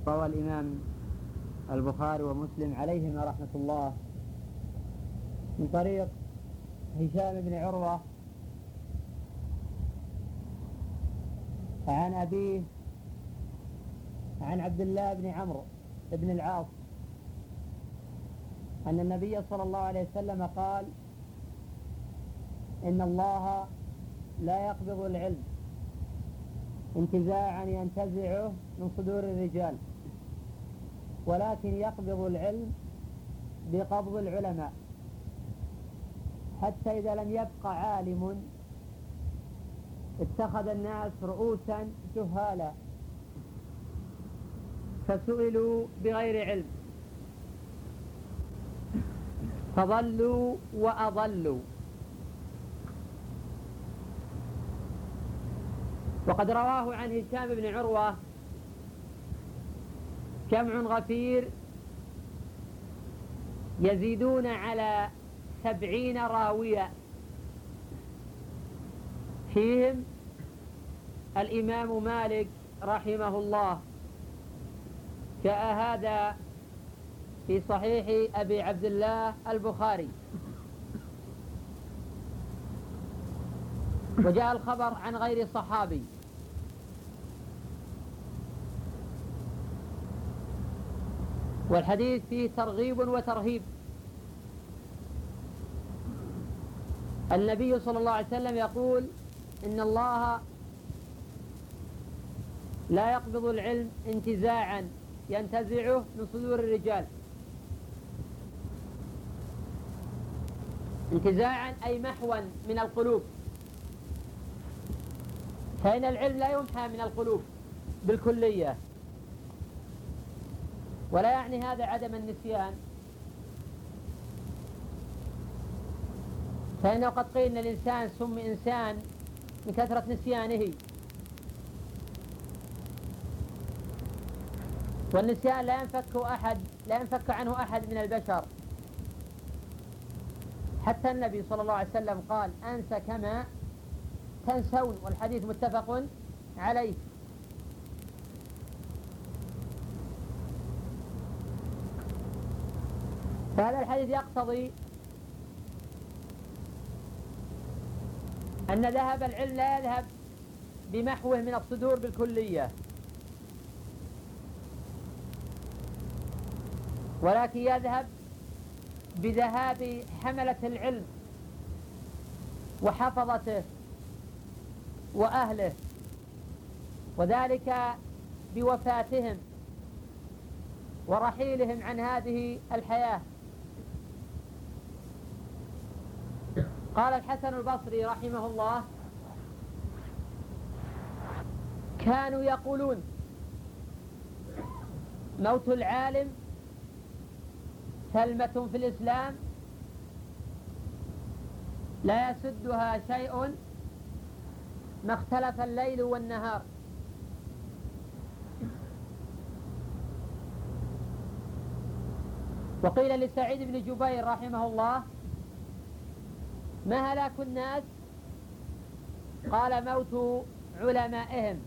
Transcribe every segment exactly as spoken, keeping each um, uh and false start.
روى الإمام البخاري ومسلم عليهما رحمة الله من طريق هشام بن عروة عن أبيه عن عبد الله بن عمرو بن العاص أن النبي صلى الله عليه وسلم قال: إن الله لا يقبض العلم انتزاعا ينتزعه من صدور الرجال، ولكن يقبض العلم بقبض العلماء، حتى إذا لم يبق عالم اتخذ الناس رؤوسا جهالا فسئلوا بغير علم فضلوا وأضلوا. وقد رواه عن هشام بن عروة جمع غفير يزيدون على سبعين راوية، فيهم الإمام مالك رحمه الله، جاء هذا في صحيح أبي عبد الله البخاري، وجاء الخبر عن غير صحابي. والحديث فيه ترغيب وترهيب. النبي صلى الله عليه وسلم يقول: إن الله لا يقبض العلم انتزاعا ينتزعه من صدور الرجال. انتزاعا أي محوا من القلوب، فإن العلم لا يمحى من القلوب بالكلية، ولا يعني هذا عدم النسيان، فإنه قد قيل إن الإنسان سمي إنسان من كثرة نسيانه، والنسيان لا ينفك أحد لا ينفك عنه أحد من البشر، حتى النبي صلى الله عليه وسلم قال: أنسى كما تنسون، والحديث متفق عليه. فهذا الحديث يقتضي أن ذهب العلم لا يذهب بمحوه من الصدور بالكلية، ولكن يذهب بذهاب حملة العلم وحفظته وأهله، وذلك بوفاتهم ورحيلهم عن هذه الحياة. قال الحسن البصري رحمه الله: كانوا يقولون موت العالم سلمة في الإسلام لا يسدها شيء ما اختلف الليل والنهار. وقيل لسعيد بن جبير رحمه الله: ما هلاك الناس؟ قال: موت علمائهم.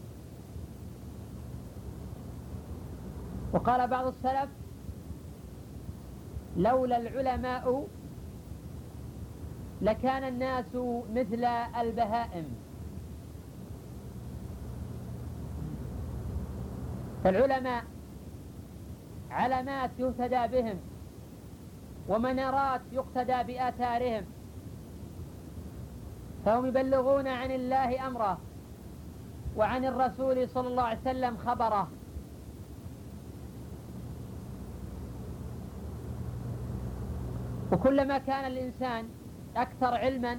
وقال بعض السلف: لولا العلماء لكان الناس مثل البهائم. فالعلماء علامات يهتدى بهم ومنارات يقتدى بآثارهم، فهم يبلغون عن الله أمره وعن الرسول صلى الله عليه وسلم خبره. وكلما كان الإنسان أكثر علما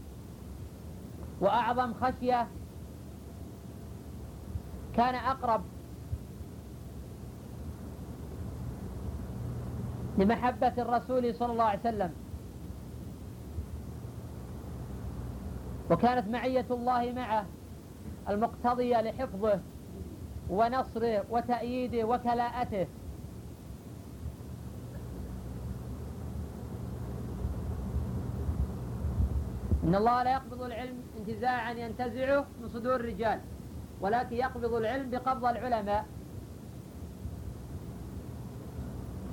وأعظم خشية كان أقرب لمحبة الرسول صلى الله عليه وسلم، وكانت معية الله معه المقتضية لحفظه ونصره وتأييده وكلاءته. إن الله لا يقبض العلم انتزاعا ينتزعه من صدور الرجال، ولكن يقبض العلم بقبض العلماء.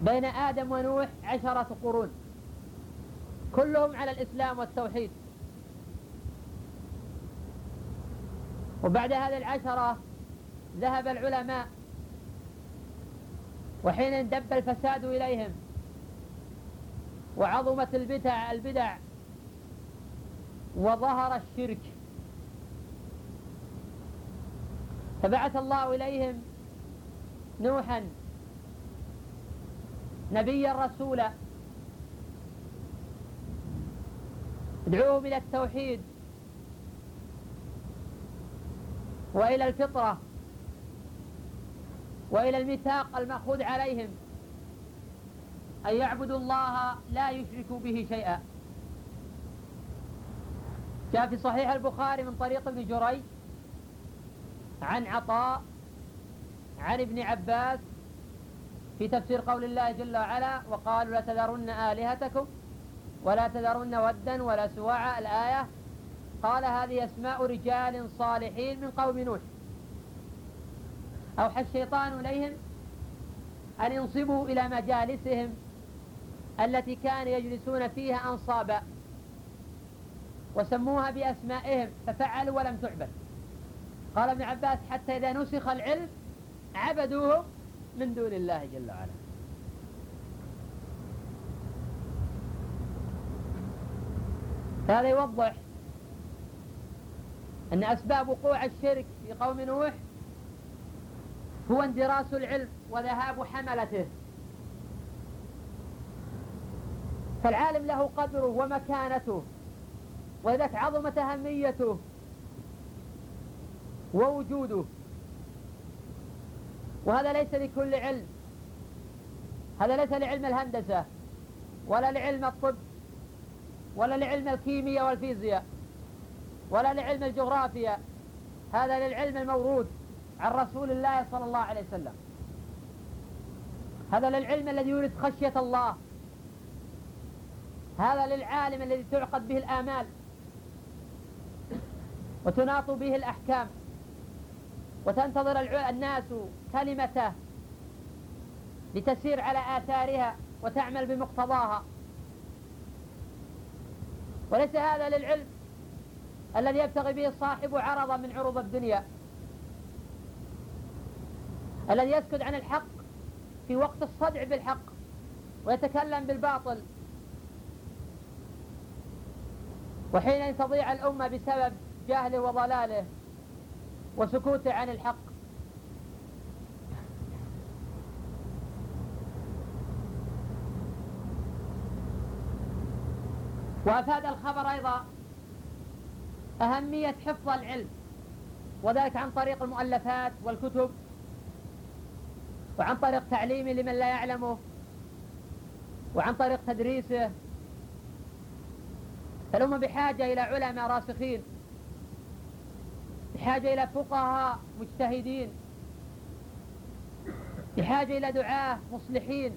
بين آدم ونوح عشرة قرون كلهم على الإسلام والتوحيد. وبعد هذه العشرة ذهب العلماء، وحين اندب الفساد إليهم وعظمت البدع البدع وظهر الشرك، فبعث الله إليهم نوحا نبيا رسولا يدعوهم إلى التوحيد وإلى الفطرة وإلى الميثاق المأخوذ عليهم أن يعبدوا الله لا يشركوا به شيئا. جاء في صحيح البخاري من طريق ابن جريج عن عطاء عن ابن عباس في تفسير قول الله جل وعلا: وقالوا لا تذرن آلهتكم ولا تذرن ودا ولا سواعا، الآية. قال: هذه أسماء رجال صالحين من قوم نوح. أوحى الشيطان إليهم أن ينصبوا إلى مجالسهم التي كانوا يجلسون فيها أنصابا، وسموها بأسمائهم ففعلوا ولم تعبد. قال ابن عباس: حتى إذا نسخ العلم عبدوه من دون الله جل وعلا. هذا يوضح أن أسباب وقوع الشرك في قوم نوح هو اندراس العلم وذهاب حملته. فالعالم له قدره ومكانته، ولذلك عظمت أهميته ووجوده. وهذا ليس لكل علم، هذا ليس لعلم الهندسة ولا لعلم الطب ولا لعلم الكيمياء والفيزياء ولا لعلم الجغرافيا، هذا للعلم المورود عن رسول الله صلى الله عليه وسلم. هذا للعلم الذي يورث خشية الله، هذا للعالم الذي تعقد به الآمال وتناط به الأحكام وتنتظر الناس كلمته لتسير على آثارها وتعمل بمقتضاها. وليس هذا للعلم الذي يبتغي به الصاحب عرضا من عروض الدنيا، الذي يسكت عن الحق في وقت الصدع بالحق ويتكلم بالباطل، وحين تضيع الأمة بسبب جهله وضلاله وسكوته عن الحق. وأفاد الخبر أيضا أهمية حفظ العلم، وذلك عن طريق المؤلفات والكتب، وعن طريق تعليمه لمن لا يعلمه، وعن طريق تدريسه. فالأمة بحاجة إلى علماء راسخين، بحاجة إلى فقهاء مجتهدين، بحاجة إلى دعاة مصلحين،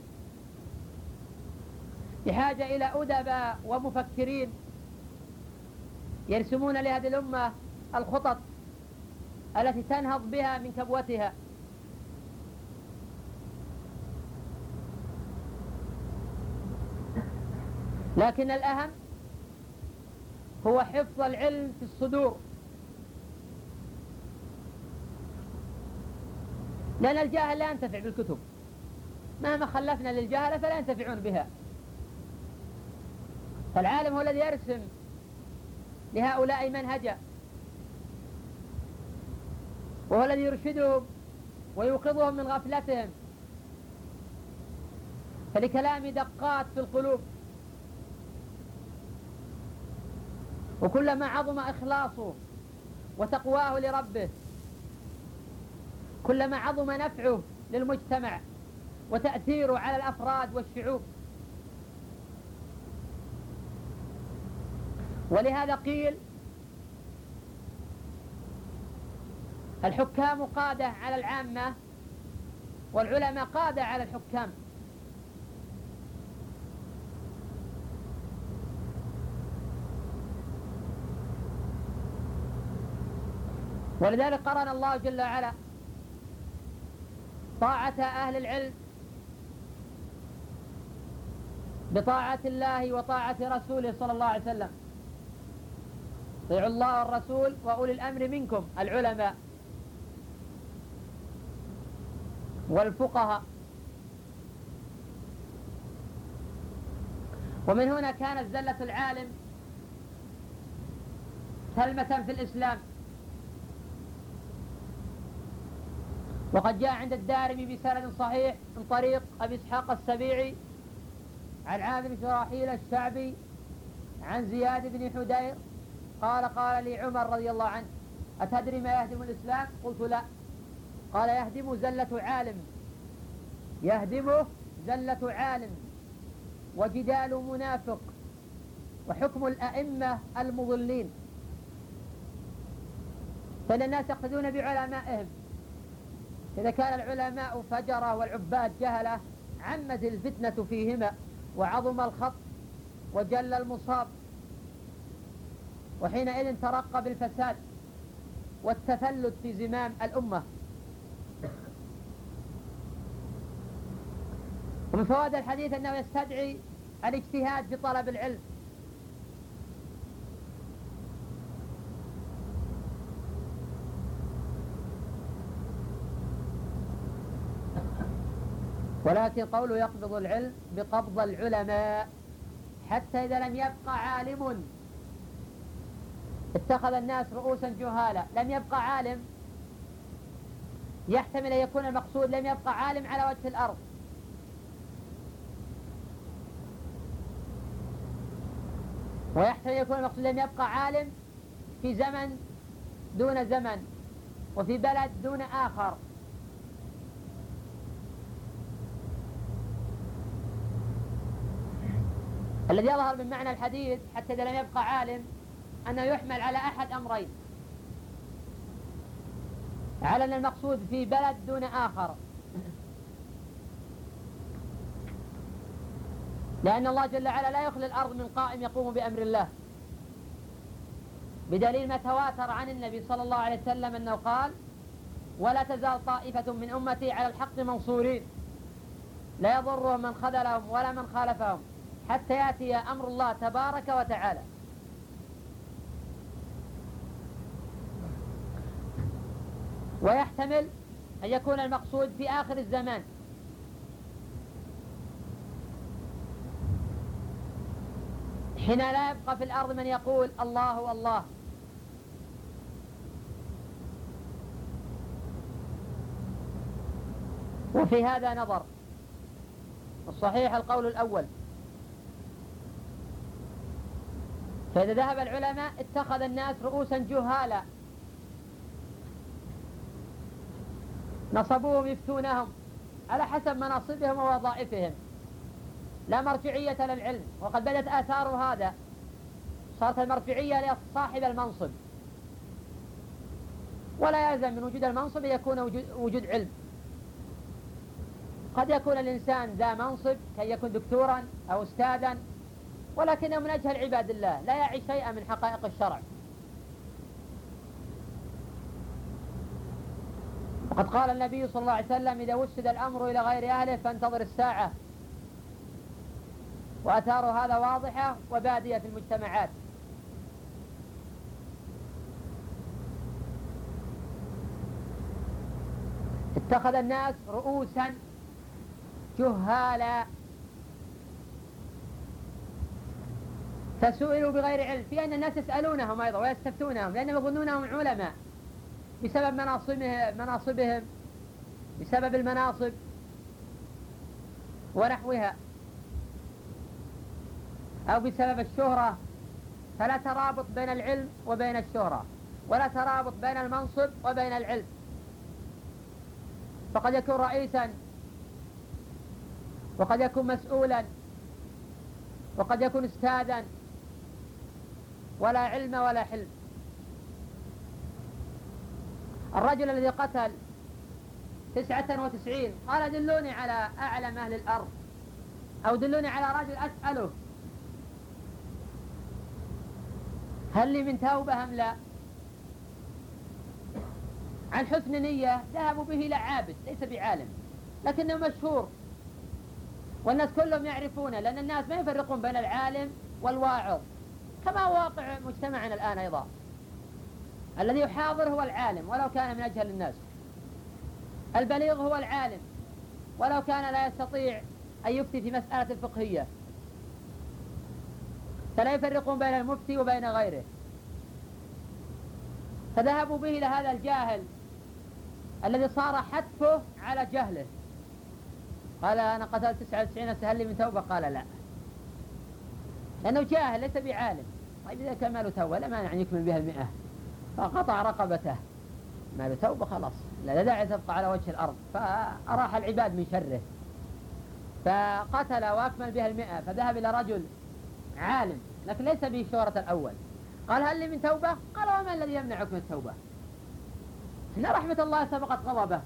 بحاجة إلى أدباء ومفكرين يرسمون لهذه الأمة الخطط التي تنهض بها من كبوتها. لكن الأهم هو حفظ العلم في الصدور، لأن الجاهل لا ينتفع بالكتب، مهما خلفنا للجاهلة فلا ينتفعون بها. فالعالم هو الذي يرسم لهؤلاء منهجا، وهو الذي يرشدهم ويوقظهم من غفلتهم. فلكلام دقات في القلوب، وكلما عظم إخلاصه وتقواه لربه كلما عظم نفعه للمجتمع وتأثيره على الأفراد والشعوب. ولهذا قيل الحكام قادة على العامة والعلماء قادة على الحكام. ولذلك قرن الله جل وعلا طاعة أهل العلم بطاعة الله وطاعة رسوله صلى الله عليه وسلم. اطيعوا الله والرسول وأولي الأمر منكم، العلماء والفقهاء. ومن هنا كانت زلة العالم كلمة في الإسلام. وقد جاء عند الدارمي بسند صحيح من طريق أبي إسحاق السبيعي عن عامر بن شراحيل الشعبي عن زياد بن حدير قال قال لي عمر رضي الله عنه: أتدري ما يهدم الإسلام؟ قلت لا. قال: يهدم زلة عالم، يهدمه زلة عالم وجدال منافق وحكم الأئمة المضلين. فإن الناس يقتدون بعلمائهم. إذا كان العلماء فجرة والعباد جهلة عمت الفتنة فيهما وعظم الخط وجل المصاب، وحينئذ ترقب الفساد والتفلت في زمام الأمة. ومن فوائد الحديث أنه يستدعي الاجتهاد في طلب العلم. ولكن قوله يقبض العلم بقبض العلماء، حتى إذا لم يبقى عالم اتخذ الناس رؤوسا جهالا. لم يبقى عالم، يحتمل أن يكون المقصود لم يبقى عالم على وجه الأرض، ويحتمل أن يكون المقصود لم يبقى عالم في زمن دون زمن وفي بلد دون آخر. الذي يظهر من معنى الحديث حتى إذا لم يبقى عالم أنه يحمل على أحد أمرين: على أن المقصود في بلد دون آخر، لأن الله جل وعلا لا يخلي الأرض من قائم يقوم بأمر الله، بدليل ما تواتر عن النبي صلى الله عليه وسلم أنه قال: ولا تزال طائفة من أمتي على الحق منصورين لا يضرهم من خذلهم ولا من خالفهم حتى يأتي أمر الله تبارك وتعالى. ويحتمل أن يكون المقصود في آخر الزمان، حين لا يبقى في الأرض من يقول الله الله. وفي هذا نظر. الصحيح القول الأول، فإذا ذهب العلماء اتخذ الناس رؤوسا جهالا نصبوهم يفتونهم على حسب مناصبهم ووظائفهم، لا مرجعية للعلم. وقد بدت آثار هذا، صارت المرجعية لصاحب المنصب، ولا يلزم من وجود المنصب يكون وجود, وجود علم. قد يكون الإنسان ذا منصب كي يكون دكتورا أو أستاذا، ولكنه من أجهل عباد الله لا يعي شيئا من حقائق الشرع. وقد قال النبي صلى الله عليه وسلم: إذا وسد الأمر إلى غير أهله فانتظر الساعة. وآثار هذا واضحة وبادية في المجتمعات. اتخذ الناس رؤوسا جهالا فسئلوا بغير علم، في أن الناس يسألونهم أيضا ويستفتونهم لأنهم يظنونهم علماء بسبب مناصبهم, مناصبهم بسبب المناصب ونحوها، أو بسبب الشهرة. فلا ترابط بين العلم وبين الشهرة، ولا ترابط بين المنصب وبين العلم. فقد يكون رئيسا، وقد يكون مسؤولا، وقد يكون استاذا، ولا علم ولا حلم. الرجل الذي قتل تسعة وتسعين قال: دلوني على أعلم أهل الأرض، أو دلوني على رجل أسأله هل لي من توبة أم لا. عن حسن نية ذهبوا به إلى عابد ليس بعالم، لكنه مشهور والناس كلهم يعرفونه، لأن الناس ما يفرقون بين العالم والواعظ، كما هو واقع مجتمعنا الآن أيضا. الذي يحاضر هو العالم ولو كان من أجهل الناس، البليغ هو العالم ولو كان لا يستطيع أن يفتي في مسألة فقهية، فلا يفرقون بين المفتي وبين غيره. فذهبوا به إلى هذا الجاهل الذي صار حتفه على جهله. قال أنا قتلت تسعة وتسعين نفسا هل لي من توبة؟ قال لا، لأنه جاهل ليس بعالم. طيب إذا كان ماله توبة لا مانع أن يكمل بها المئة، فقطع رقبته، ماله توبة خلاص، لا داعي تبقى على وجه الأرض، فأراح العباد من شره، فقتل وأكمل بها المئة. فذهب إلى رجل عالم لكن ليس به شهرة الأول، قال هل لي من توبة؟ قال وما الذي يمنعك من التوبة؟ إن رحمة الله سبقت غضبه.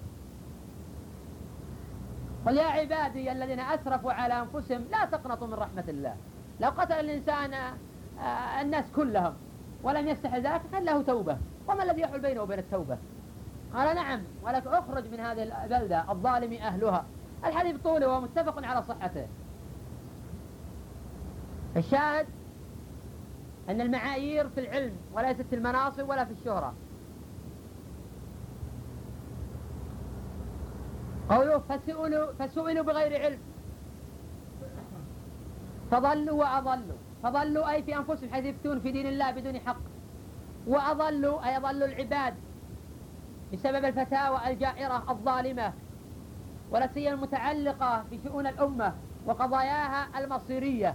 قل يا عبادي الذين أسرفوا على أنفسهم لا تقنطوا من رحمة الله. لو قتل الإنسان الناس كلهم ولم يستحل ذلك كان له توبة، وما الذي يحول بينه وبين التوبة؟ قال نعم، ولك أخرج من هذه البلدة الظالم أهلها. الحديث طوله ومتفق على صحته. الشاهد أن المعايير في العلم وليست في المناصب ولا في الشهرة. قوله فسئلوا, فسئلوا بغير علم فضلوا وأضلوا. فضلوا أي في أنفسهم حيث يفتون في دين الله بدون حق، وأضلوا أي أضلوا العباد بسبب الفتاوى الجائرة الظالمة، ولا سيما المتعلقة بشؤون الأمة وقضاياها المصيرية.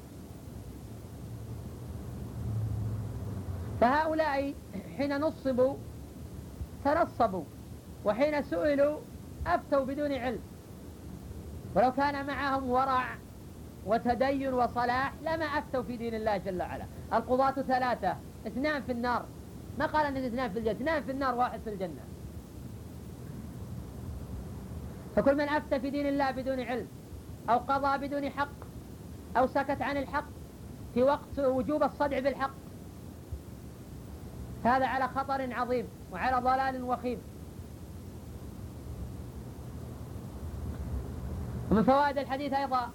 فهؤلاء حين نصبوا تنصبوا، وحين سئلوا أفتوا بدون علم، ولو كان معهم ورع وتدين وصلاح لما أفتوا في دين الله جل وعلا. القضاة ثلاثة، اثنان في النار، ما قال أن اثنان في الجنة، اثنان في النار واحد في الجنة. فكل من أفتى في دين الله بدون علم أو قضى بدون حق أو سكت عن الحق في وقت وجوب الصدع بالحق، هذا على خطر عظيم وعلى ضلال وخيم. ومن فوائد الحديث أيضا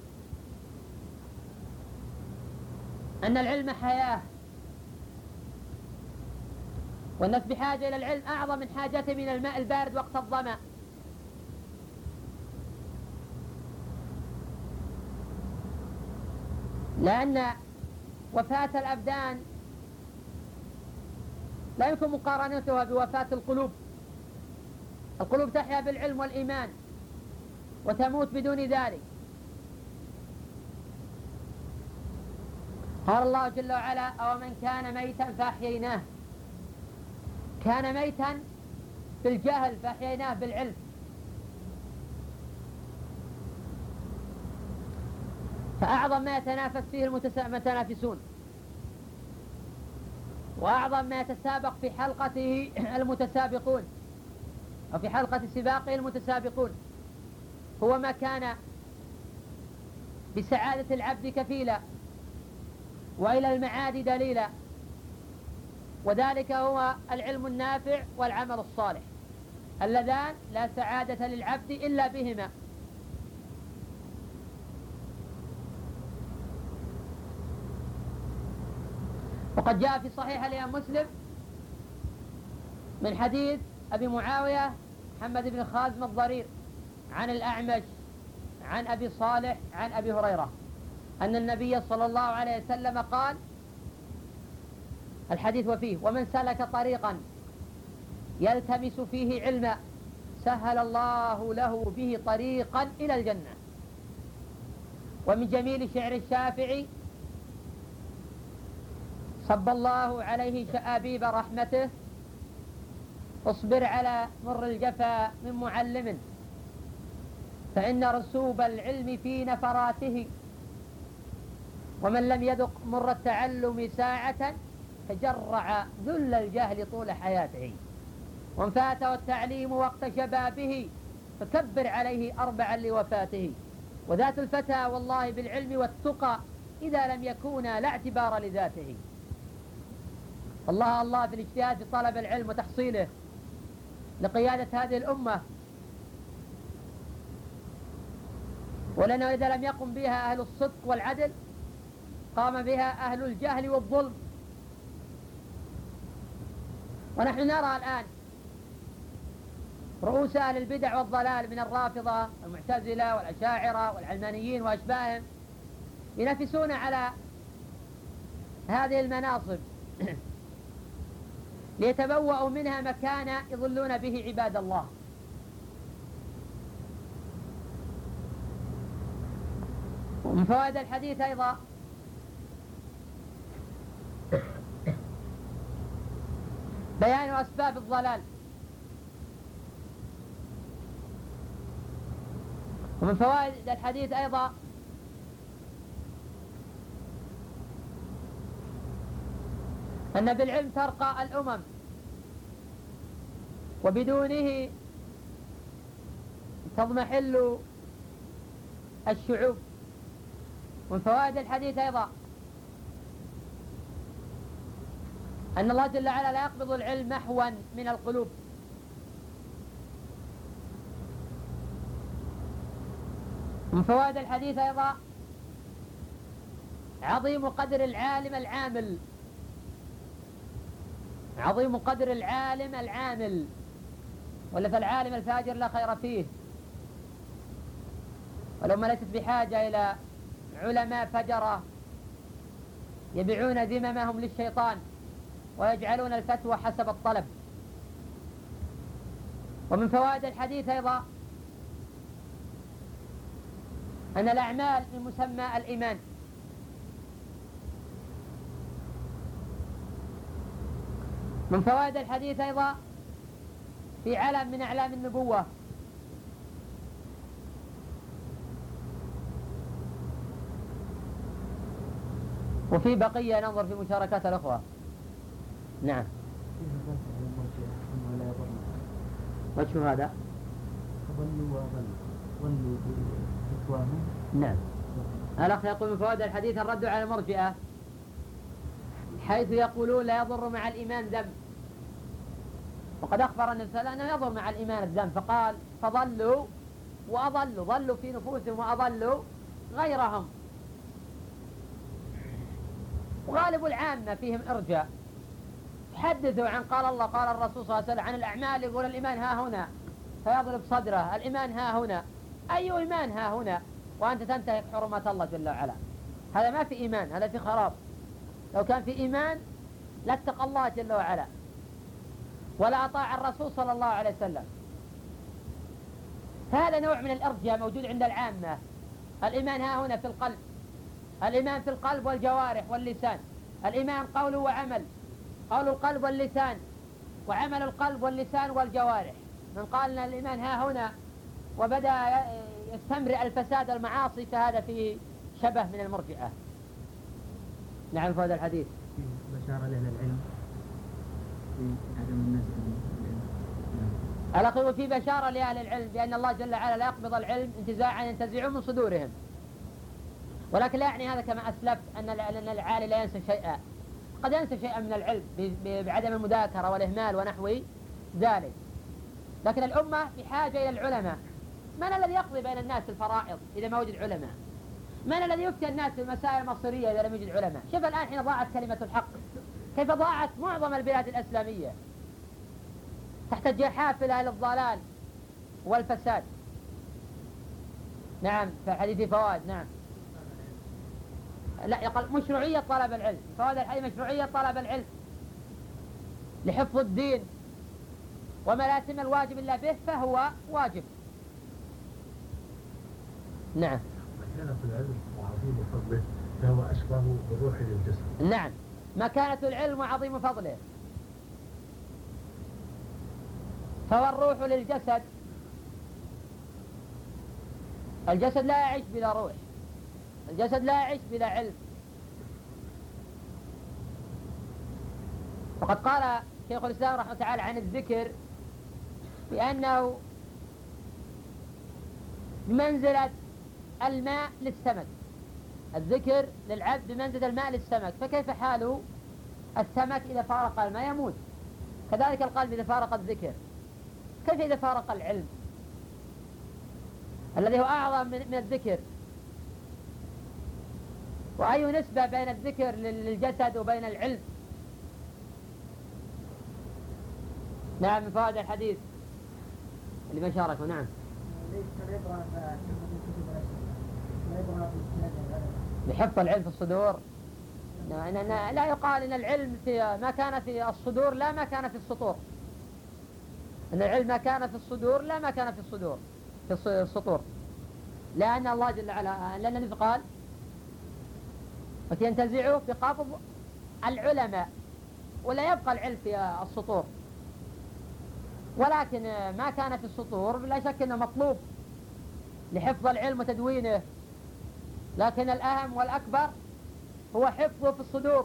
أن العلم حياة، والناس بحاجة إلى العلم أعظم من حاجته من الماء البارد وقت الظمأ. لأن وفاة الأبدان لا يمكن مقارنتها بوفاة القلوب. القلوب تحيا بالعلم والإيمان وتموت بدون ذلك. قال الله جل وعلا أو من كان ميتا فأحييناه. كان ميتا بالجهل فأحييناه بالعلم. فأعظم ما يتنافس فيه المتنافسون، وأعظم ما يتسابق في حلقته المتسابقون، أو في حلقة سباقه المتسابقون، هو ما كان بسعادة العبد كفيلا وإلى المعاد دليلا، وذلك هو العلم النافع والعمل الصالح، اللذان لا سعادة للعبد إلا بهما. وقد جاء في صحيح الإمام مسلم من حديث أبي معاوية محمد بن خازم الضرير عن الأعمش عن أبي صالح عن أبي هريرة أن النبي صلى الله عليه وسلم قال، الحديث وفيه ومن سلك طريقا يلتمس فيه علما سهل الله له به طريقا إلى الجنة. ومن جميل شعر الشافعي صب الله عليه شآبيب رحمته اصبر على مر الجفا من معلم فإن رسوب العلم في نفراته ومن لم يذق مر التعلم ساعة تجرع ذل الجهل طول حياته وان فاته التعليم وقت شبابه فكبر عليه أربعا لوفاته وذات الفتى والله بالعلم والتقى إذا لم يكونا لا اعتبار لذاته. الله الله في الاجتهاد في طلب العلم وتحصيله لقيادة هذه الأمة ولأنه إذا لم يقم بها أهل الصدق والعدل قام بها أهل الجهل والظلم. ونحن نرى الآن رؤوس أهل البدع والضلال من الرافضة والمعتزلة والأشاعرة والعلمانيين وأشباههم ينافسون على هذه المناصب ليتبوأوا منها مكانا يضلون به عباد الله. ومن فوائد الحديث أيضا بيان أسباب الضلال. ومن فوائد الحديث أيضا أن بالعلم ترقى الأمم وبدونه تضمحل الشعوب. ومن فوائد الحديث أيضا أن الله جل وعلا لا يقبض العلم محوا من القلوب. من فوائد الحديث أيضا عظيم قدر العالم العامل، عظيم قدر العالم العامل، ولا فالعالم الفاجر لا خير فيه. والأمة ليست بحاجة إلى علماء فجرة يبيعون ذممهم للشيطان ويجعلون الفتوى حسب الطلب. ومن فوائد الحديث أيضا أن الأعمال من مسمى الإيمان. من فوائد الحديث أيضا في علم من أعلام النبوة. وفي بقية ننظر في مشاركات الأخوة. نعم. وشو هذا؟ ظلوا وظلوا ظلوا بفتواهم. نعم. الأخ يقول من فوائد الحديث الرد على المرجئة حيث يقولون لا يضر مع الإيمان ذنب، وقد أخبر النبي صلى الله عليه وسلم أنه يضر مع الإيمان الذنب، فقال فضلوا وأضلوا، ضلوا في نفوسهم وأضلوا غيرهم. وغالب العامة فيهم إرجاء، حدثوا عن قال الله قال الرسول صلى الله عليه وسلم عن الأعمال، يقول الإيمان ها هنا فيضرب صدره، الإيمان ها هنا. أي إيمان ها هنا وأنت تنتهك حرمات الله جل وعلا؟ هذا ما في إيمان، هذا في خراب. لو كان في إيمان لاتقى الله جل وعلا ولا أطاع الرسول صلى الله عليه وسلم. هذا نوع من الإرجاء موجود عند العامة. الإيمان ها هنا في القلب، الإيمان في القلب والجوارح واللسان. الإيمان قول وعمل، قول القلب واللسان وعمل القلب واللسان والجوارح. من قال أن الإيمان ها هنا وبدأ يستمرئ الفساد المعاصي فهذا فيه شبه من المرجئة. نعم. فهذا الحديث بشارة لأهل العلم في عدم الناس الأخير في بشارة لأهل العلم بأن الله جل وعلا لا يقبض العلم انتزاعا ينتزعون من صدورهم. ولكن لا يعني هذا كما أسلفت أن العالي لا ينسى شيئا، قد ينسى شيئا من العلم بعدم المذاكرة والإهمال ونحو ذلك. لكن الأمة بحاجة إلى العلماء. من الذي يقضي بين الناس الفرائض إذا ما وجد علماء؟ من الذي يفتي الناس في المسائل المصيرية إذا لم يوجد علماء؟ شوف الآن حين ضاعت كلمة الحق، كيف ضاعت معظم البلاد الإسلامية تحت جحافل أهل الضلال والفساد. نعم. في حديث فوائد. نعم. لا يقول مشروعية طلب العلم. فوائد الحديث مشروعية طلب العلم لحفظ الدين وما لا يتم الواجب إلا به فهو واجب. نعم. مكانة العلم وعظيم فضله فهو أشبه بالروح للجسد. نعم. مكانة العلم وعظيم فضله فهو الروح للجسد. الجسد لا يعيش بلا روح، الجسد لا يعيش بلا علم. وقد قال شيخ الإسلام رحمه الله تعالى عن الذكر بأنه بمنزلة الماء للسمك. الذكر للعبد بمنزلة الماء للسمك، فكيف حال السمك إذا فارق الماء يموت؟ كذلك القلب إذا فارق الذكر، كيف إذا فارق العلم؟ الذي هو أعظم من من الذكر. وأي نسبة بين الذكر للجسد وبين العلم؟ نعم، من فوائد الحديث اللي ما شاركوا. نعم. بحفظ العلم في الصدور. لا يقال إن العلم في ما كان في الصدور لا ما كان في السطور. إن العلم ما كان في الصدور لا ما كان في الصدور في السطور، لأن الله جل وعلا لأن النبي قال وتنتزعوا بقبض العلماء، ولا يبقى العلم في السطور. ولكن ما كان في السطور لا شك أنه مطلوب لحفظ العلم وتدوينه، لكن الأهم والأكبر هو حفظه في الصدور،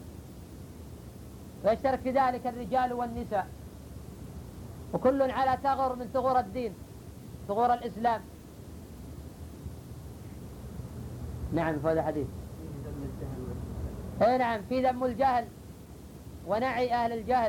ويشترك في ذلك الرجال والنساء، وكل على ثغر من ثغور الدين، ثغور الإسلام. نعم، في هذا الحديث. اي نعم، في ذم الجهل ونعي أهل الجهل.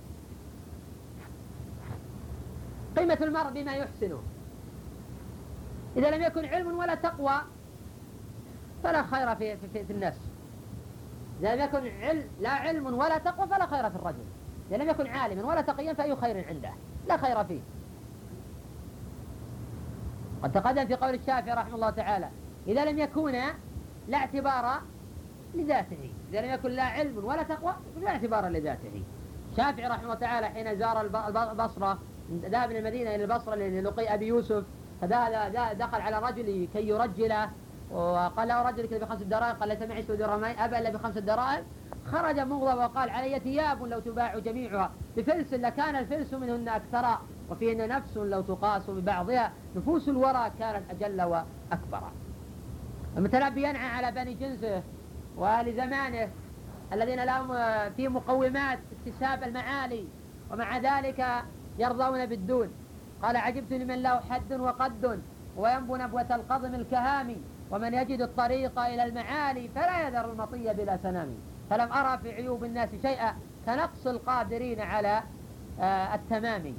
قيمة المرء بما يحسنه. إذا لم يكن علم ولا تقوى فلا خير في, في, في الناس. إذا لم يكن علم لا علم ولا تقوى فلا خير في الرجل. إذا لم يكن عالما ولا تقيا فأي خير عنده؟ لا خير فيه. قد تقدم في قول الشافعي رحمه الله تعالى: إذا لم يكون لا اعتبار لذاته. إذا لم يكن لا علم ولا تقوى لا اعتبار لذاته. الشافعي رحمه الله تعالى حين زار البصرة، ذهب من المدينة إلى البصرة للقي أبي يوسف، فدخل على رجل كي يرجله، وقال له: رجل كذا بخمس دراهم. قال: ليس معي درهمين أبا إلا بخمس دراهم. خرج مغضب وقال: علي ثياب لو تباع جميعها بفلس لكان الفلس منهن أكثر، وفيهن نفس لو تقاس ببعضها، نفوس الورى كانت أجل وأكبر. المتنبي ينعى على بني جنسه وأهل زمانه الذين لهم في مقومات اكتساب المعالي ومع ذلك يرضون بالدون. قال: عجبت لمن له حد وقد وينبو نبوة القضم الكهام، ومن يجد الطريق إلى المعالي فلا يذر المطية بلا سنام. فلم أرى في عيوب الناس شيئا كنقص القادرين على آه التمام.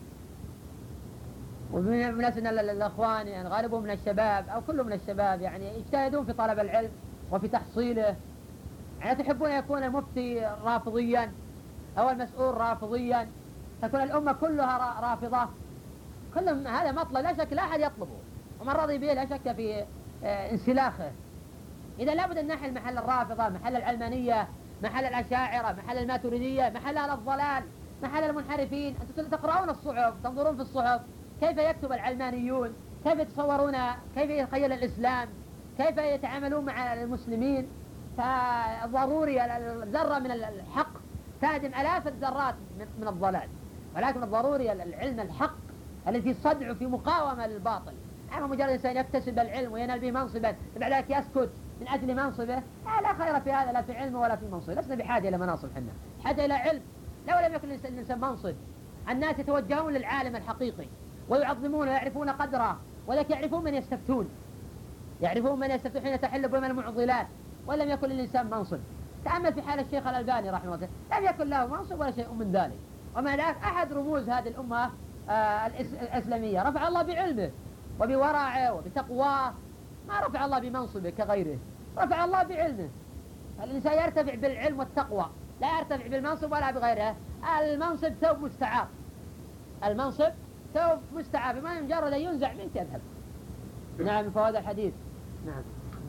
ومن الناس من الأخوان يعني غالبهم من الشباب أو كلهم من الشباب يعني يجتهدون في طلب العلم وفي تحصيله. يعني تحبون يكون المفتي رافضيا أو المسؤول رافضيا، تكون الأمة كلها رافضة. كلهم هذا مطلب لا شك لا أحد يطلبه، ومن رضي به لا شك في انسلاخه. إذا لابد أن نحل محل الرافضة، محل العلمانية، محل الأشاعرة، محل الماتريدية، محل أهل الضلال، محل المنحرفين. أنتم تقرؤون الصحف، تنظرون في الصحف كيف يكتب العلمانيون، كيف يتصورون، كيف يتخيل الإسلام، كيف يتعاملون مع المسلمين. فضروري الذرة من الحق تهدم آلاف الذرات من الضلال، ولكن الضروري العلم الحق الذي صدع في مقاومة للباطل. أما مجرد إنسان يكتسب العلم وينال به منصبا بعد ذلك يسكت من أجل منصبه، لا خير في هذا، لا في علم ولا في منصب. لسنا بحاجة إلى مناصب، حنا حاجة إلى علم. لو لم يكن الإنسان منصب الناس يتوجهون للعالم الحقيقي ويعظمونه ويعرفون قدره، ولكن يعرفون من يستفتون، يعرفون من يستفتون حين تحل بهم المعضلات. ولم يكن للإنسان منصب. تأمل في حال الشيخ الألباني رحمه الله، لم يكن له منصب ولا شيء من ذلك، ومع ذلك أحد رموز هذه الأمة آه الإسلامية. رفع الله بعلمه وبورعه وبتقواه، ما رفع الله بمنصبه كغيره، رفع الله بعلمه. الإنسان يرتفع بالعلم والتقوى، لا يرتفع بالمنصب ولا بغيره. المنصب ثوب مستعار، المنصب ثوب مستعار، بما مجرد أن ينزع منك يذهب. نعم، في هذا الحديث. نعم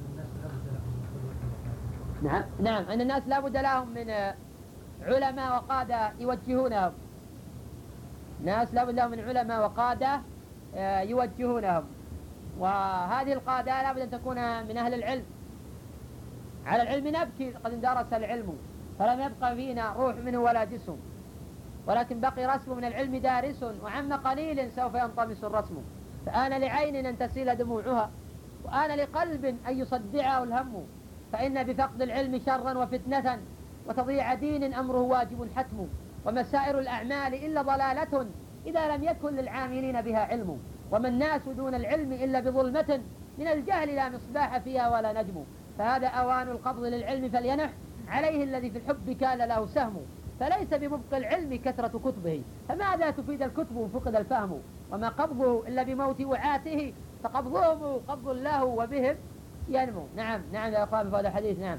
نعم نعم أن الناس لا بد لهم من علماء وقادة يوجهونهم. الناس لا بد لهم من علماء وقادة يوجهونهم، وهذه القادة لا بد أن تكون من أهل العلم. على العلم نبكي قد اندرس العلم، فلم يبقى فينا روح منه ولا جسم، ولكن بقي رسم من العلم دارس، وعم قليل سوف ينطمس الرسم. فآن لعين أن تسيل دموعها، وآن لقلب أن يصدعه الهم، فإن بفقد العلم شرا وفتنة، وتضييع دين أمره واجب حتم، ومسائر الأعمال إلا ضلالة إذا لم يكن للعاملين بها علم. وما الناس دون العلم إلا بظلمة، من الجهل لا مصباح فيها ولا نجم. فهذا أوان القبض للعلم فلينح عليه الذي في الحب كان له سهم. فليس بمبقى العلم كثرة كتبه، فماذا تفيد الكتب فقد الفهم. وما قبضه إلا بموت وعاته، فقبضهم قبض الله وبهم ينمو. نعم نعم يا أخوان في هذا الحديث. نعم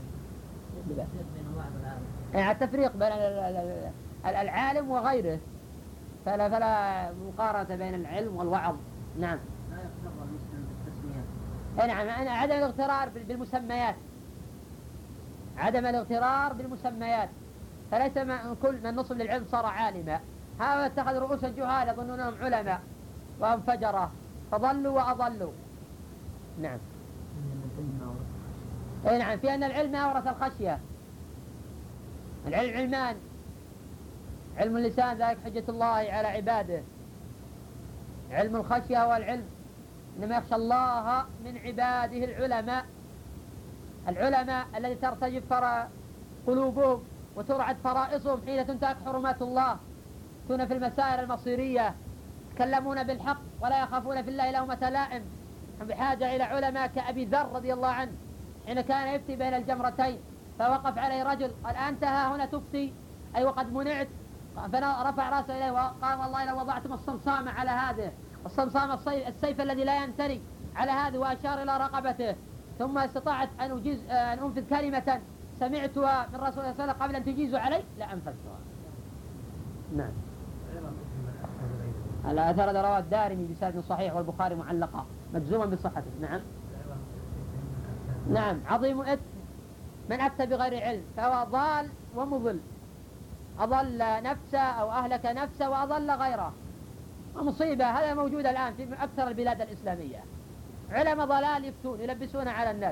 يعني التفريق بين العالم وغيره، فلا فلا مقارنة بين العلم والوعظ. نعم لا يغتر المسلم بالتسميات. نعم عدم الاغترار بالمسميات، عدم الاغترار بالمسميات، فليس من كل من نصب للعلم صار عالما. هؤلاء اتخذوا رؤوسا جهال يظنونهم علماء وهم فجرة فضلوا وأضلوا. نعم اي نعم في أن العلم أورث الخشية. العلم علمان، علم اللسان ذلك حجة الله على عباده. علم الخشية هو العلم إنما يخشى الله من عباده العلماء، العلماء الذي ترتجف قلوبهم وترعد فرائصهم حين تنتهك حرمات الله، يكون في المسائل المصيرية يتكلمون بالحق ولا يخافون في الله لومة لائم. بحاجة إلى علماء كأبي ذر رضي الله عنه حين كان يفتي بين الجمرتين فوقف عليه رجل قال أنت ها هنا تفتي أي وقد منعت؟ فرفع رأسه إليه وقال والله لو وضعتم الصمصام على هذا، الصمصام السيف الذي لا ينتري على هذا، وأشار إلى رقبته، ثم استطعت أن, أجيز أن أنفذ كلمة سمعتها من رسول الله صلى الله عليه وسلم قبل أن تجيزوا علي لأنفذتها. نعم الأثر هذا رواه الدارمي بسند صحيح والبخاري معلقا مجزوما بصحته. نعم نعم عظيم إثم من أفتى بغير علم فهو ضال ومضل، أضل نفسه أو أهلك نفسه وأضل غيره، ومصيبة. هذا موجود الآن في أكثر البلاد الإسلامية، علماء ضلال يفتون يلبسون على الناس،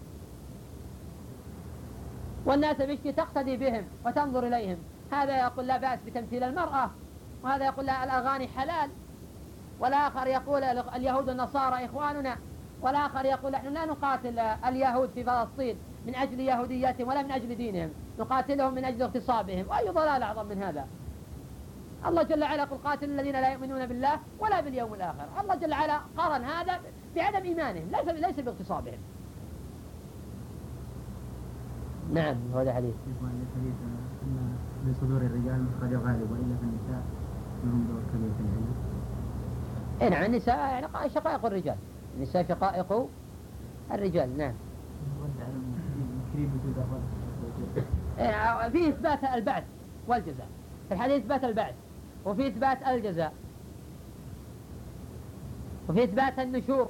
والناس بشكي تقتدي بهم وتنظر إليهم. هذا يقول لا بأس بتمثيل المرأة، وهذا يقول لا الأغاني حلال، والآخر يقول اليهود والنصارى إخواننا، والآخر يقول نحن لا نقاتل اليهود في فلسطين من أجل يهودياتهم ولا من أجل دينهم، نقاتلهم من أجل اغتصابهم. وأي ضلال أعظم من هذا؟ الله جل وعلا يقول قاتل الذين لا يؤمنون بالله ولا باليوم الآخر. الله جل وعلا قارن هذا بعدم إيمانهم ليس ليس باغتصابهم. نعم هذا حديث الحديث أن من صدور الرجال مخرج غالب وإلا في النساء لهم دور كبير في العلم. إيه نعم النساء يعني شقائق الرجال، النساء شقائق الرجال. نعم إيه في إثبات البعث والجزاء، في الحديث إثبات البعث وفي إثبات الجزاء وفي إثبات النشور.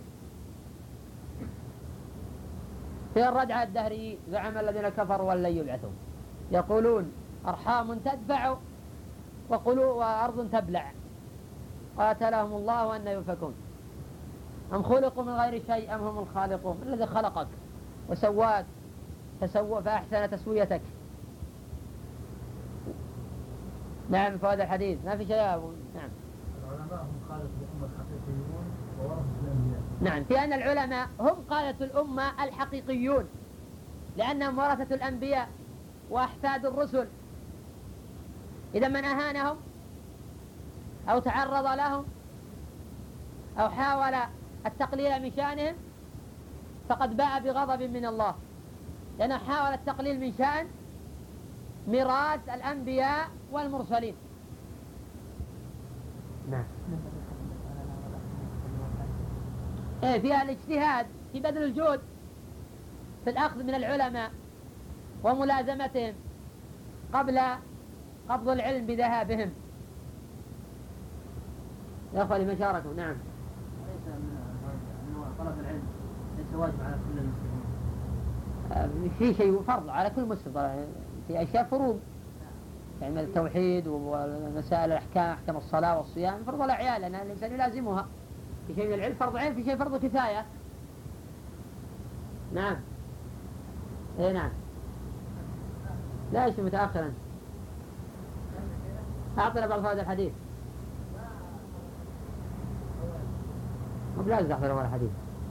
في الرجعة الدهري زعم الذين كفروا ولن يبعثوا يقولون أرحام تدفع وقلوب وأرض تبلع قاتلهم الله أن يؤفكون أم خلقوا من غير شيء أم هم الخالقون. الذي خلقك وسواك فسوى فأحسن تسويتك. نعم في هذا الحديث ما في شيء. نعم العلماء هم خالق الأمة الحقيقيون وورثة الأنبياء. نعم في أن العلماء هم قادة الأمة الحقيقيون لأنهم ورثة الأنبياء وأحفاد الرسل. إذا من أهانهم أو تعرض لهم أو حاول التقليل من شأنهم فقد باء بغضب من الله، لأنه حاول التقليل من شأن ميراث الأنبياء والمرسلين. نعم إيه فيها الاجتهاد في بذل الجهد في الأخذ من العلماء وملازمتهم قبل قبض العلم بذهابهم. يا أخواني ما شاركوا. نعم ليس من طلب العلم ليس واجب على كل المسلمين. في شيء فرض على كل مسلم، في أشياء فروض يعني التوحيد ومسائل الأحكام، أحكام الصلاة والصيام فرض الأعيان لأن الإنسان يلازمها. في شيء من العلم فرض عين، في شيء فرض كفاية. نعم إيه نعم لا يشي متأخرا. أعطنا بعض هذا الحديث وبلا أزدحضر هذا الحديث.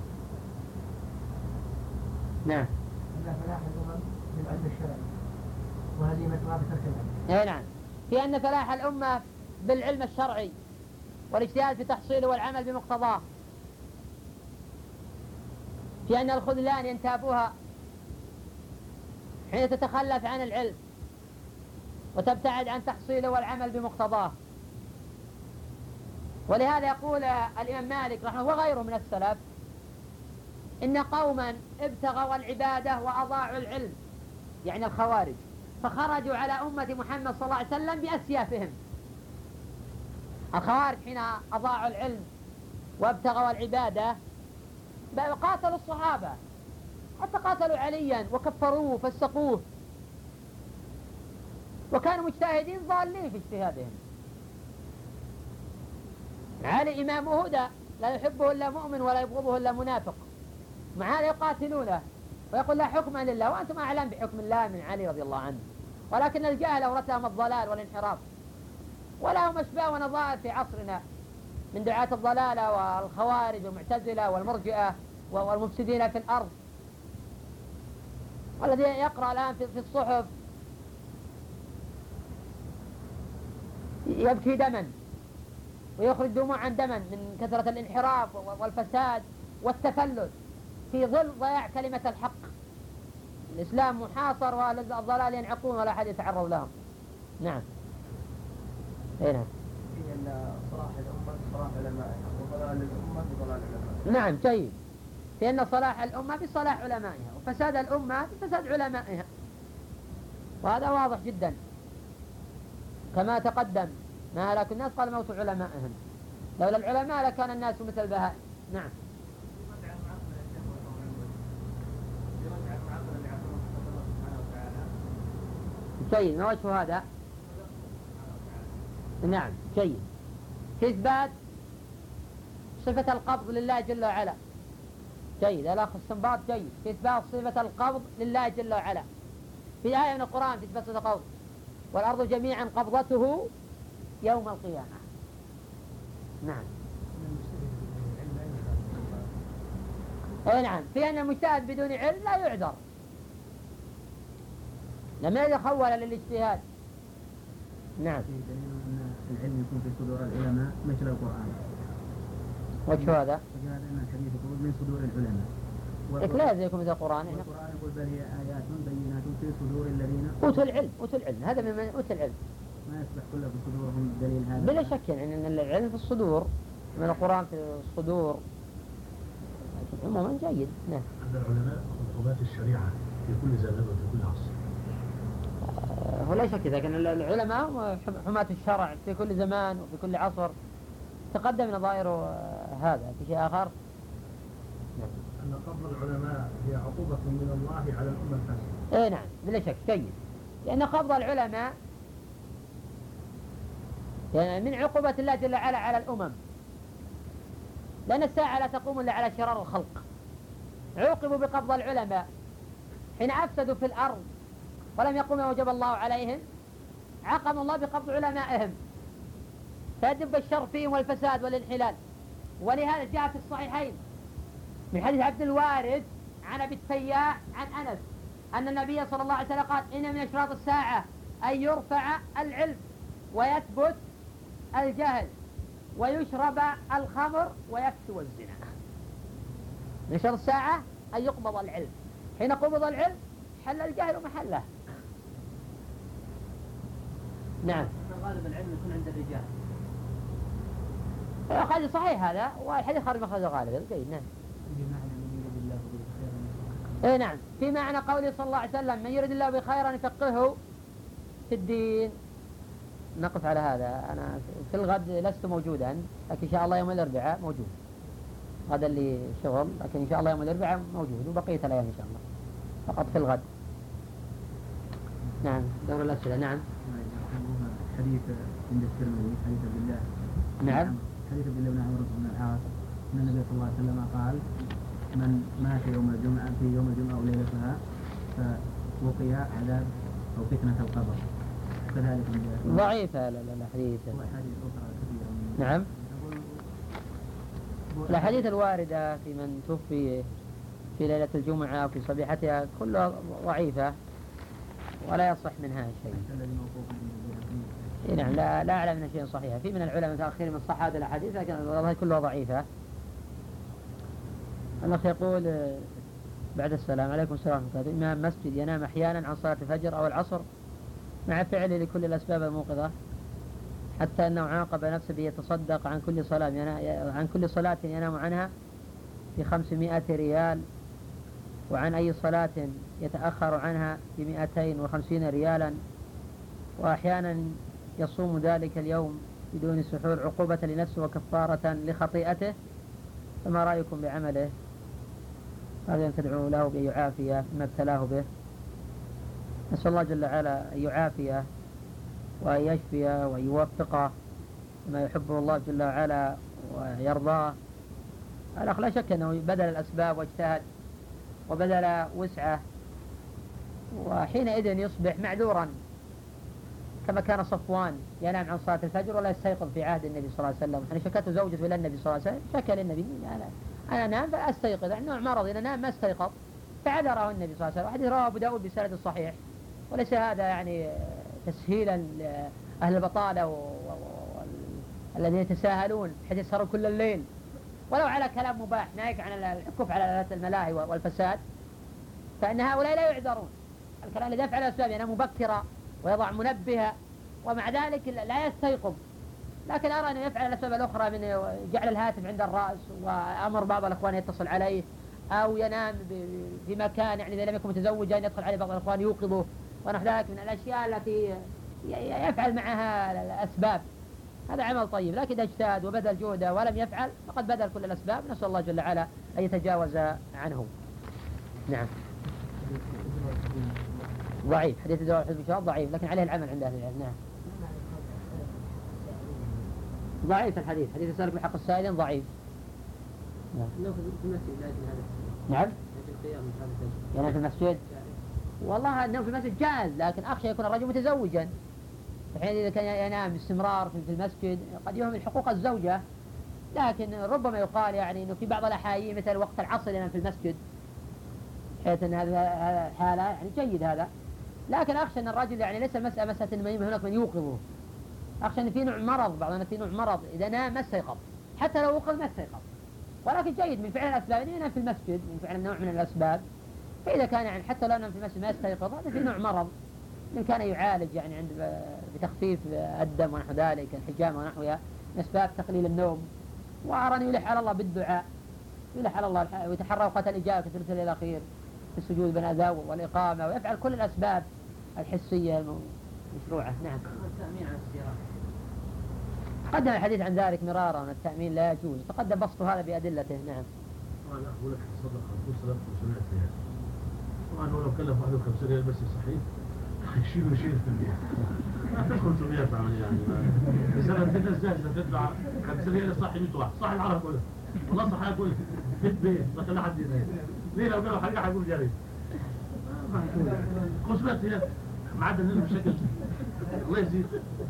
نعم أن فلاح الأمم بالعلم الشرعي وهزيمتها بترك العلم. إيه نعم في أن فلاح الأمة بالعلم الشرعي والاجتهاد في تحصيله والعمل بمقتضاه، في أن الخذلان ينتابها حين تتخلف عن العلم وتبتعد عن تحصيله والعمل بمقتضاه. ولهذا يقول الإمام مالك رحمه الله وغيره من السلف إن قوما ابتغوا العبادة وأضاعوا العلم، يعني الخوارج، فخرجوا على أمة محمد صلى الله عليه وسلم بأسيافهم. الخوارج حين أضاعوا العلم وابتغوا العبادة قاتلوا الصحابة، حتى قاتلوا عليا وكفروه وفسقوه، وكانوا مجتهدين ضالين في اجتهادهم. علي إمام هدى لا يحبه إلا مؤمن ولا يبغضه إلا منافق، مع هذا يقاتلونه ويقول لا حكم لله، وأنتم أعلم بحكم الله من علي رضي الله عنه. ولكن الجهل أورثهم الضلال والانحراف، ولهم أشباه ونظائر في عصرنا من دعاة الضلالة والخوارج والمعتزلة والمرجئة والمفسدين في الأرض. والذي يقرأ الآن في الصحف يبكي دما ويخرج دموعا دما من كثرة الانحراف والفساد والتفلت في ظل ضياع كلمة الحق. الإسلام محاصر والضلال ينعقون ولا أحد يتعرض لهم. نعم. أي نعم. إن صلاح الأمة صلاح علمائها وضلال الأمة بضلال علمائها. نعم جيد. لأن صلاح الأمة بصلاح علمائها وفساد الأمة بفساد علمائها، وهذا واضح جدا كما تقدم. ما هلاك الناس قال موت علمائهم، لولا العلماء لكان الناس مثل البهائم. نعم. جيد. ما وجه هذا؟ نعم جيد. في إثبات صفة القبض لله جل وعلا. جيد. الأخ السنباط جيد. في إثبات صفة القبض لله جل وعلا في آية من القرآن في إثبات صفة القبض: والأرض جميعا قبضته يوم القيامة. نعم. أي نعم. في أن المجتهد بدون علم لا يعذر، لم يتخول للاجتهاد. نعم. في دليل أن العلم يكون في صدور العلماء مثل القرآن. وجه هذا؟ وجه هذا أن الحديث يقول من صدور العلماء. لا يكون مثل القرآن. والقرآن يقول بل هي آيات بينات في صدور الذين أوتوا العلم. أوتوا العلم. هذا من أوتوا العلم. ما يصبح كله في صدورهم دليل هذا؟ بلا شك يعني أن العلم في الصدور، من القرآن في الصدور، لكن عموما جيد. نعم. أن العلماء خطبات الشريعة في كل زمان وفي كل عصر. هو لا شك، لكن العلماء حماة الشرع في كل زمان وفي كل عصر. تقدم نظائر هذا. في شيء آخر؟ نعم. أن قبض العلماء هي عقوبة من الله على الأمة الفاسدة. إيه نعم بلا شك جيد. لأن قبض العلماء يعني من عقوبة الله جل وعلا على الأمم، لأن الساعة لا تقوم إلا على شرار الخلق. عوقبوا بقبض العلماء حين أفسدوا في الأرض ولم يقوم ما وجب الله عليهم، عاقب الله بقبض علمائهم فيدب الشر فيهم والفساد والانحلال. ولهذا جاء في الصحيحين من حديث عبد الوارد عن أبي التياح عن أنس أن النبي صلى الله عليه وسلم قال: إن من أشراط الساعة أن يرفع العلم ويثبت الجهل ويشرب الخمر ويكثر الزنا. من أشراط الساعة أن يقبض العلم، حين قبض العلم حل الجهل محله. نعم. غالب العلم يكون عند الرجال. الحديث صحيح هذا، والحديث خارج مخرج الغالب. جيد. نعم. بمعنى من يريد الله به خيرا. اي نعم. في معنى قوله صلى الله عليه وسلم: من يريد الله به خيرا يفقهه في الدين. نقف على هذا. أنا في الغد لست موجودا، لكن إن شاء الله يوم الأربعاء موجود. غدا لي شغل، لكن إن شاء الله يوم الأربعاء موجود، وبقية الأيام إن شاء الله، فقط في الغد. نعم. دور الأسئلة. نعم. حديث عند الترمذي حديث عبد الله. نعم. حديث عبد الله بن عمرو بن العاص أن النبي صلى الله عليه وسلم قال: من مات يوم الجمعة في يوم الجمعة وليلتها فوقي عذاب أو فتنة القبر. كذلك ضعيفة الحديث. نعم. الحديث الواردة في من توفي في ليلة الجمعة وفي صبيحتها كلها ضعيفة ولا يصح منها شيء. نعم. لا لا أعلم من شيء صحيح. في من العلماء متأخرين من صح هذه الأحاديث، لكن والله كلها ضعيفة. الأخ يقول بعد السلام عليكم السلام ورحمة الله: إمام مسجد ينام أحيانا عن صلاة الفجر أو العصر مع فعله لكل الأسباب الموقظة، حتى أنه عاقب نفسه بيتصدق عن كل صلاة عن كل صلاة ينام عنها بخمسمائة ريال، وعن أي صلاة يتأخر عنها بمئتين وخمسين ريالا، وأحيانا يصوم ذلك اليوم بدون سحور عقوبة لنفسه وكفارة لخطيئته. فما رأيكم بعمله؟ هذا تدعو له بأن يعافيه ما ابتلاه به. نسأل الله جل وعلا أن يعافيه وأن يشفيه وأن يوفقه ما يحبه الله جل وعلا ويرضاه. الأخ لا شك أنه بذل الأسباب واجتهد وبذل وسعه، وحينئذ يصبح معذورا، كما كان صفوان ينام عن صلاة الفجر ولا يستيقظ في عهد النبي صلى الله عليه وسلم. حين شكته زوجته إلى النبي صلى الله عليه وسلم شكى للنبي أنا أنا أنام فأستيقظ، نوع مرض إذا نام ما استيقظ، فعذره النبي صلى الله عليه وسلم. حديث رواه أبو داود بسند الصحيح، وليس هذا يعني تسهيلا لأهل البطالة الذين يتساهلون بحيث يسهروا كل الليل ولو على كلام مباح ناهيك عن الحكم على الملاهي والفساد، فإن هؤلاء لا يعذرون. الكلام الذي يفعل الأسباب ينام مبكرا ويضع منبها ومع ذلك لا يستيقظ، لكن أرى أن يفعل الأسباب الأخرى من جعل الهاتف عند الرأس وأمر بعض الأخوان يتصل عليه، أو ينام في مكان يعني إذا لم يكن متزوجا يدخل عليه بعض الأخوان يوقظه ونحو ذلك من الأشياء التي يفعل معها الأسباب. هذا عمل طيب، لكن إذا اجتهد وبذل جهده ولم يفعل فقد بذل كل الأسباب. نسأل الله جل وعلا أن يتجاوز عنه. نعم. ضعيف حديث دواء حزب الشباب ضعيف، لكن عليه العمل عند أهل العلم. نعم. ضعيف الحديث، حديث يسألك بحق السائلين ضعيف. نعم. نعم. يعني في المسجد والله النوم في المسجد جائز، لكن أخشى يكون الرجل متزوجا، حين إذا كان ينام باستمرار في المسجد قد يهمل حقوق الزوجة. لكن ربما يقال يعني إنه في بعض الأحايين مثل وقت العصر ينام في المسجد، حيث أن هذا حالة يعني جيد هذا. لكن أخشى أن الرجل يعني ليس المسألة مسألة أن هناك من يوقظه، أخشى أن في نوع مرض، بعضنا في نوع مرض إذا نام ما استيقظ، حتى لو وقظ ما استيقظ. ولكن جيد من فعل الأسباب أن ينام في المسجد، من فعل نوع من الأسباب. فإذا كان يعني حتى لو نام في المسجد ما يستيقظ هذا في نوع مرض إن كان يعالج يعني عند بتخفيف الدم ونحو ذلك، الحجامة ونحوها، من أسباب تقليل النوم. وأرى أن يلح على الله بالدعاء، يلح على الله ويتحرى وقت الإجابة في الثلث الأخير في السجود بين الأذان والإقامة، ويفعل كل الأسباب الحسية المشروعة. نعم. التأمين على السيارة قدم الحديث عن ذلك مرارا أن التأمين لا يجوز، تقدم بسط هذا بأدلته. نعم. طبعا أقول لك تصدق خمسين صلاة وسمعت ريال، طبعا هو لو كلف واحد وخمسين ريال بس صحيح يشيل ويشيل في البيت ما تدخل خمسمائة عملية يعني بسبب في ناس جاهزة تدفع خمسين ريال صح مئة واحد صح العرب كلها والله صح يقول في البيت ما خلى حد ينام ليه لو قالوا حاجة حيقول جاري خمسمائة ريال معدل لنا بشكل الله يزيد.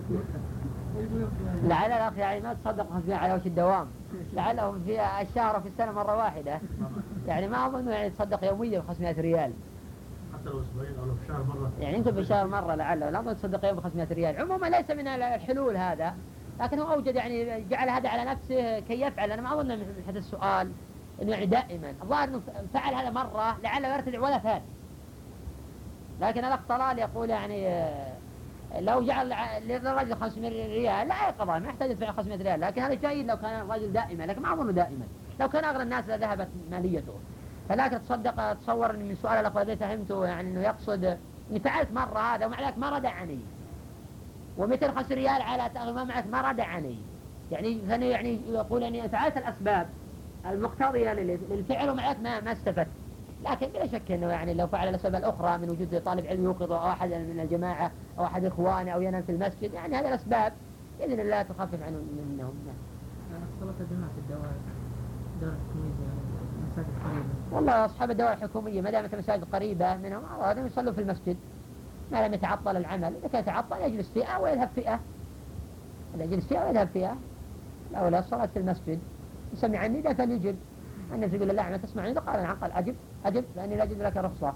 لعل الأخ يعني ما تصدق خمسمائة على وجه الدوام، لعلهم في الشهر وفي السنة مرة واحدة، يعني ما أظن يعني تصدق يوميا بخمسمائة ريال حتى لو اسبوعين او لو في شهر مره، يعني يمكن في الشهر مره لعله، لا تصدق يوم ب خمسمائة ريال. عموما ليس من الحلول هذا، لكن هو اوجد يعني جعل هذا على نفسه كي يفعل. انا ما اظن من هذا السؤال انه يعني دائما، الظاهر انه فعل هذا مره لعله يرتدع ولا فات. لكن الاخ طلال يقول يعني لو جعل للرجل خمسمائة ريال لا يقضى، ما يحتاج يدفع خمسمائة ريال، لكن هذا جيد لو كان الرجل دائما، لكن ما اظنه دائما. لو كان اغنى الناس لذهبت ماليته. فلكن تصدق اتصور ان من سؤال الاخ الذي فهمته يعني انه يقصد اني فعلت مره هذا ومع ذلك ما ردعني، ومثل خمس ريال على ما معك ما ردعني، يعني ثاني يعني يقول اني فعلت الاسباب المقتضيه للفعل ومع ذلك ما ما استفدت. لكن بلا شك انه يعني لو فعل الاسباب الاخرى من وجود طالب علم يوقظه او احد من الجماعه او احد اخوانه او ينام في المسجد، يعني هذه الاسباب باذن الله تخفف عنه منهم. صلاة الجماعة في الدوائر دورة التمييز مساجد قريبة، والله أصحاب الدوائر الحكومية ما دامت المساجد قريبة منهم هذا يصلوا في المسجد ما لم يتعطل العمل. إذا كان يتعطل يجلس فئة ويذهب فئة، يجلس فئة ويذهب فئة، الأولى الصلاة في المسجد يسمع عني لا فليجب. النبي يقول الله ما تسمعني قال نعم قال أجب أجب فإني لا أجد لك رخصة.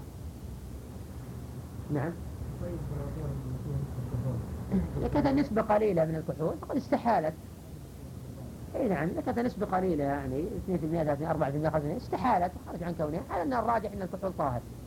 نعم. إذا كانت النسبة قليلة من الكحول فقد استحالت. اي نعم، إذا كانت نسبة قليلة يعني اثنين بالمئة ثلاثة بالمئة أربعة بالمئة خمسة بالمئة استحالت وخرج عن كونها، على أن الراجح أن الكحول طاهر.